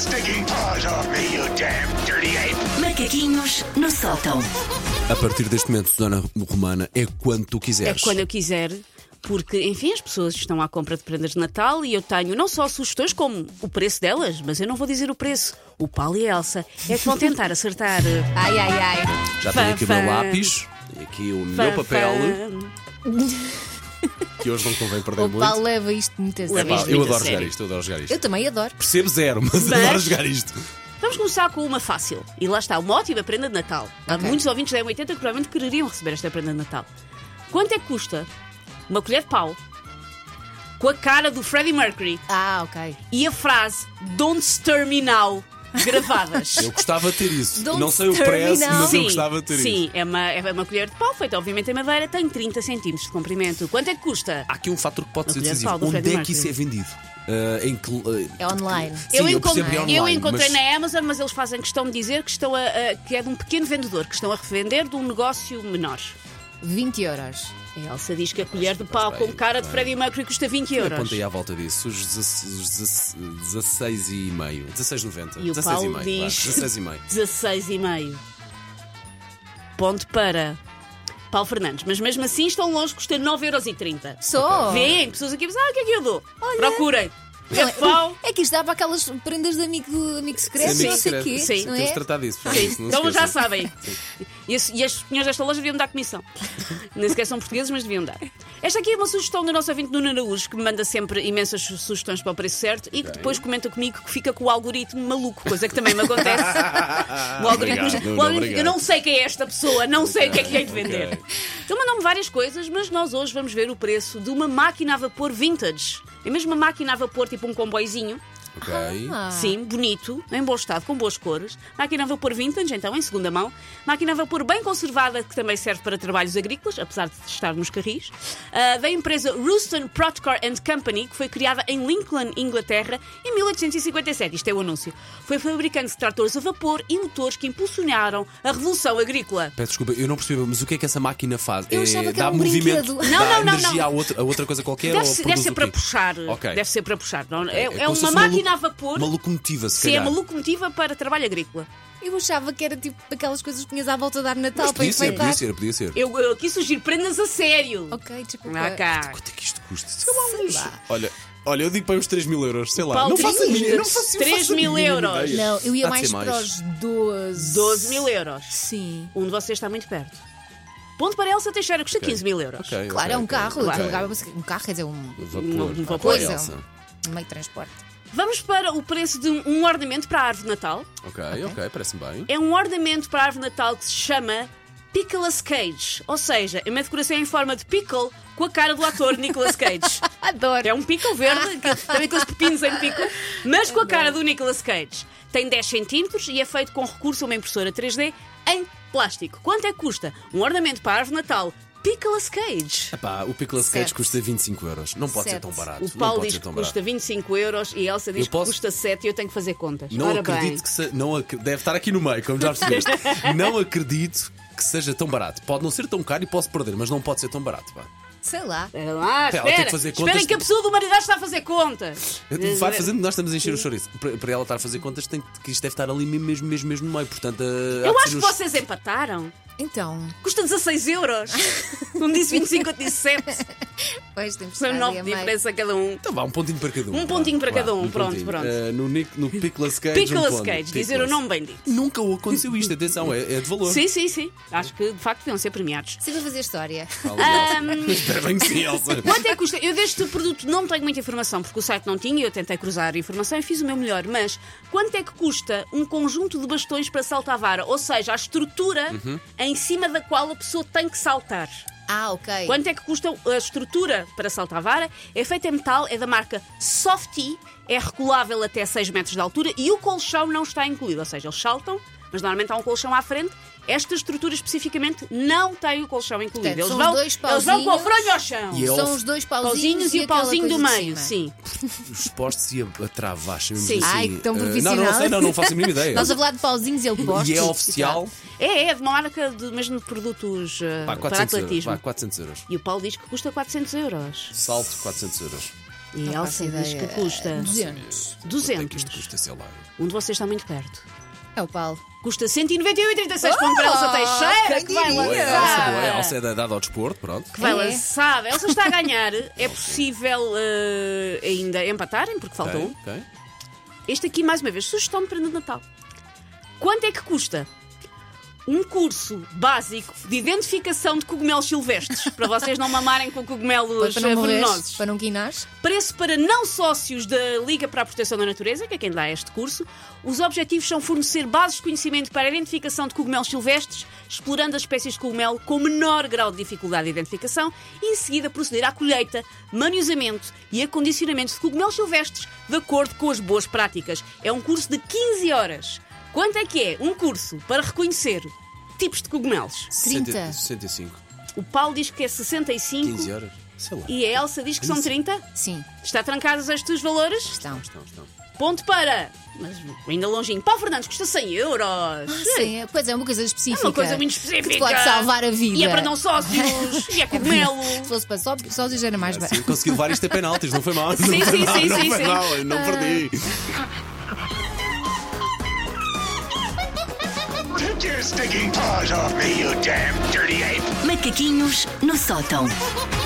stinking paws off me, you damn dirty ape! Macaquinhos no sótão. A partir deste momento, Dona Romana, é quando tu É quiseres. quando eu quiser, porque, enfim, as pessoas estão à compra de prendas de Natal e eu tenho não só sugestões como o preço delas, mas eu não vou dizer o preço. O Paulo e a Elsa é que vão tentar acertar. Ai, ai, ai. Já tenho aqui o meu Fã. lápis e aqui o meu papel, que hoje não convém perder O muito. Paulo leva isto muito a sério. Leva isto Eu muito a adoro jogar sério. isto, eu adoro jogar isto. Eu também adoro. Percebo zero, mas adoro jogar isto. Vamos começar com uma fácil. E lá está, uma ótima prenda de Natal. Há Ok. muitos ouvintes da M80 que provavelmente quereriam receber esta prenda de Natal. Quanto é que custa uma colher de pau com a cara do Freddie Mercury Ah, ok. e a frase Don't Stir Me Now gravadas? Eu gostava de ter isso. Don't Não sei o stir me preço, now. mas eu gostava de ter sim, isso. é uma colher de pau feita obviamente em madeira, tem 30 centímetros de comprimento. Quanto é que custa? Há aqui um fator que pode ser colher de decisivo. pau do Onde Freddie é que isso é vendido? Em que, É online. Sim, eu percebo que é online, eu encontrei mas- na Amazon, mas eles fazem questão de dizer que, que é de um pequeno vendedor, que estão a revender de um negócio menor. 20 euros. A Elsa diz que a colher de pau bem, com cara de bem. Freddie Mercury custa 20 euros. Apontei à volta disso, os 16,5. 16,90. E o 16,5, Paulo vá, diz 16,5. 16,5. Ponto para Paulo Fernandes. Mas mesmo assim estão longe, custa 9,30 €. Só. Vêem, pessoas aqui dizem, o que é que eu dou? Procurem. Não, É pau. é que isto dá para aquelas prendas de amigo secreto, Sim, não sei o amigo quê. secreto. Sim. Não Temos de é? tratar disso. Sim, então já sabem. E as senhoras desta loja deviam dar comissão. Nem sequer são portugueses, mas deviam dar. Esta aqui é uma sugestão do nosso ouvinte Nuno Araújo, que me manda sempre imensas sugestões para o preço certo e que depois comenta comigo que fica com o algoritmo maluco, coisa que também me acontece. O algoritmo, Obrigado, Nuno, o algoritmo obrigado. eu não sei quem é esta pessoa, não sei o que é que é de vender. Ele mandou-me várias coisas, mas nós hoje vamos ver o preço de uma máquina a vapor vintage. É mesmo uma máquina a vapor, tipo um comboizinho. Ok. Ah. Sim, bonito, em bom estado, com boas cores. Máquina a vapor vintage, então, em segunda mão. Máquina a vapor bem conservada, que também serve para trabalhos agrícolas, apesar de estar nos carris. Da empresa Rouston Protcar and Company, que foi criada em Lincoln, Inglaterra, em 1857. Isto é o anúncio. Foi fabricante de tratores a vapor e motores que impulsionaram a revolução agrícola. Peço desculpa, eu não percebi, mas o que é que essa máquina faz? Eu achava que dá era um movimento, brinquedo. Não, dá não, não, energia não. A outra coisa qualquer? Deve ou ser, produz o para quê? puxar. Ok. Deve ser para puxar. Não, é como se uma fosse máquina a vapor. Uma locomotiva, se Sim, é calhar. uma locomotiva para trabalho agrícola. Eu achava que era tipo aquelas coisas que tinhas à volta de dar Natal Mas para podia ser, enfeitar. podia ser. Eu aqui sugiro prendas a sério. Ok, desculpa. Ah, cá. Quanto é que isto custa? Sei lá. Olha, eu digo para uns 3 mil euros, sei lá. Paulo Não faço a diz mínima, não faço 3 a mil mínima euros. ideia. Não, eu ia Há de mais ser para os 12. 12 mil euros. Sim. Um de vocês está muito perto. Ponto para Elsa Teixeira, custa 15 mil euros. Ok, Claro, ok, é um ok, carro. ok. Eu alugava um carro, quer dizer, um Vapor. Vapor. coisa. Elsa. Um meio de transporte. Vamos para o preço de um ornamento para a árvore de Natal. Ok, parece-me bem. É um ornamento para a árvore de Natal que se chama Nicolas Cage. Ou seja, é uma decoração em forma de pickle com a cara do ator Nicolas Cage. Adoro. É um pickle verde, também aqueles pepinos em pickle, mas com a cara do Nicolas Cage. Tem 10 centímetros e é feito com recurso a uma impressora 3D em plástico. Quanto é que custa um ornamento para a árvore de Natal Nicolas Cage? Epá, o Pickles Cage Sete. custa 25 euros. Não pode ser 7. tão barato. O Paulo não pode diz ser que tão custa barato. 25 euros e a Elsa diz Eu posso- que custa 7 e eu tenho que fazer contas. Não Ora acredito bem. que deve estar aqui no meio, como já percebeste. Não acredito que seja tão barato. Pode não ser tão caro e posso perder, mas não pode ser tão barato. Pá. Sei lá. Espera lá, Ela tem espera. que fazer Esperem contas. que a pessoa do humanidade está a fazer contas. Vai fazendo, nós estamos a encher o chouriço. Para ela estar a fazer contas, que isto deve estar ali mesmo no meio. Portanto, há Eu de acho ser que vocês empataram. Então, Custa 16 euros. Não disse 25, eu disse 7. pois temos São que 9 de diferença a cada um. Então vá, um pontinho para cada um. Um pontinho para cada um, pronto, pontinho. pronto. No Pickles Cage. Picolas ponto. Cage, dizer Pickles. o nome bem dito. Nunca aconteceu isto, atenção, é de valor. Sim, sim, sim. Acho que de facto deviam ser premiados. sempre a fazer história. Espera bem que sim, Elsa. Quanto é que custa? Eu deste produto não tenho muita informação, porque o site não tinha e eu tentei cruzar a informação e fiz o meu melhor. Mas quanto é que custa um conjunto de bastões para salto à vara? Ou seja, a estrutura em cima da qual a pessoa tem que saltar. Ah, ok. Quanto é que custa a estrutura para salto à vara? É feita em metal, é da marca Softy, é regulável até 6 metros de altura e o colchão não está incluído. Ou seja, eles saltam, mas normalmente há um colchão à frente. Esta estrutura especificamente não tem o colchão incluído. Portanto, Eles são vão, os dois eles vão com o pauzinhos. fronho ao chão. E é São os dois pauzinhos E o aquela pauzinho do coisa de meio, cima. sim. Os postes e a trava, chamemos Sim. assim. Ai, que tão Não, profissional. sei, não faço a mínima ideia. Nós a falar de pauzinhos e ele posta. E é oficial. É de uma marca mesmo de produtos Pá, para 400 euros. atletismo. Vá, 400 euros. E o Paulo diz que custa 400 euros. Salto, 400 euros. E a Elsa diz que custa 200. 200. Isto custa, sei lá. Um de vocês está muito perto. É o Paulo. Custa 191,36 pontos para a Elsa Teixeira, quem que vai diria? Boa, Elsa, boa. A lançar. Elsa é dada ao desporto, pronto. Que vai É. lançar. A Elsa está a ganhar. É possível ainda empatarem, porque falta um. Ok. Este aqui, mais uma vez, sugestão de prenda de Natal. Quanto é que custa um curso básico de identificação de cogumelos silvestres? Para vocês não mamarem com cogumelos Para não morrer, venenosos. para não quinares. Preço para não sócios da Liga para a Proteção da Natureza, que é quem dá este curso. Os objetivos são fornecer bases de conhecimento para a identificação de cogumelos silvestres, explorando as espécies de cogumelo com menor grau de dificuldade de identificação e, em seguida, proceder à colheita, manuseamento e acondicionamento de cogumelos silvestres de acordo com as boas práticas. É um curso de 15 horas. Quanto é que é um curso para reconhecer tipos de cogumelos? 30. 65. O Paulo diz que é 65 15 horas. Sei lá. e a Elsa diz que são 30. Sim, Está trancados estes valores? estão. Estão. Ponto para... Mas ainda longinho. Paulo Fernandes custa 100 euros. Sim, pois é uma coisa É específica. uma coisa muito específica. Que pode salvar a vida. E é para não sócios. E é cogumelo. Se fosse para sócios já era mais barato. Assim, consegui levar isto a penaltis, não foi mal. Sim, sim, sim, Não sim, foi sim. mal, eu não perdi. Take your stinking paws off me, you damn dirty ape! Macaquinhos no sótão.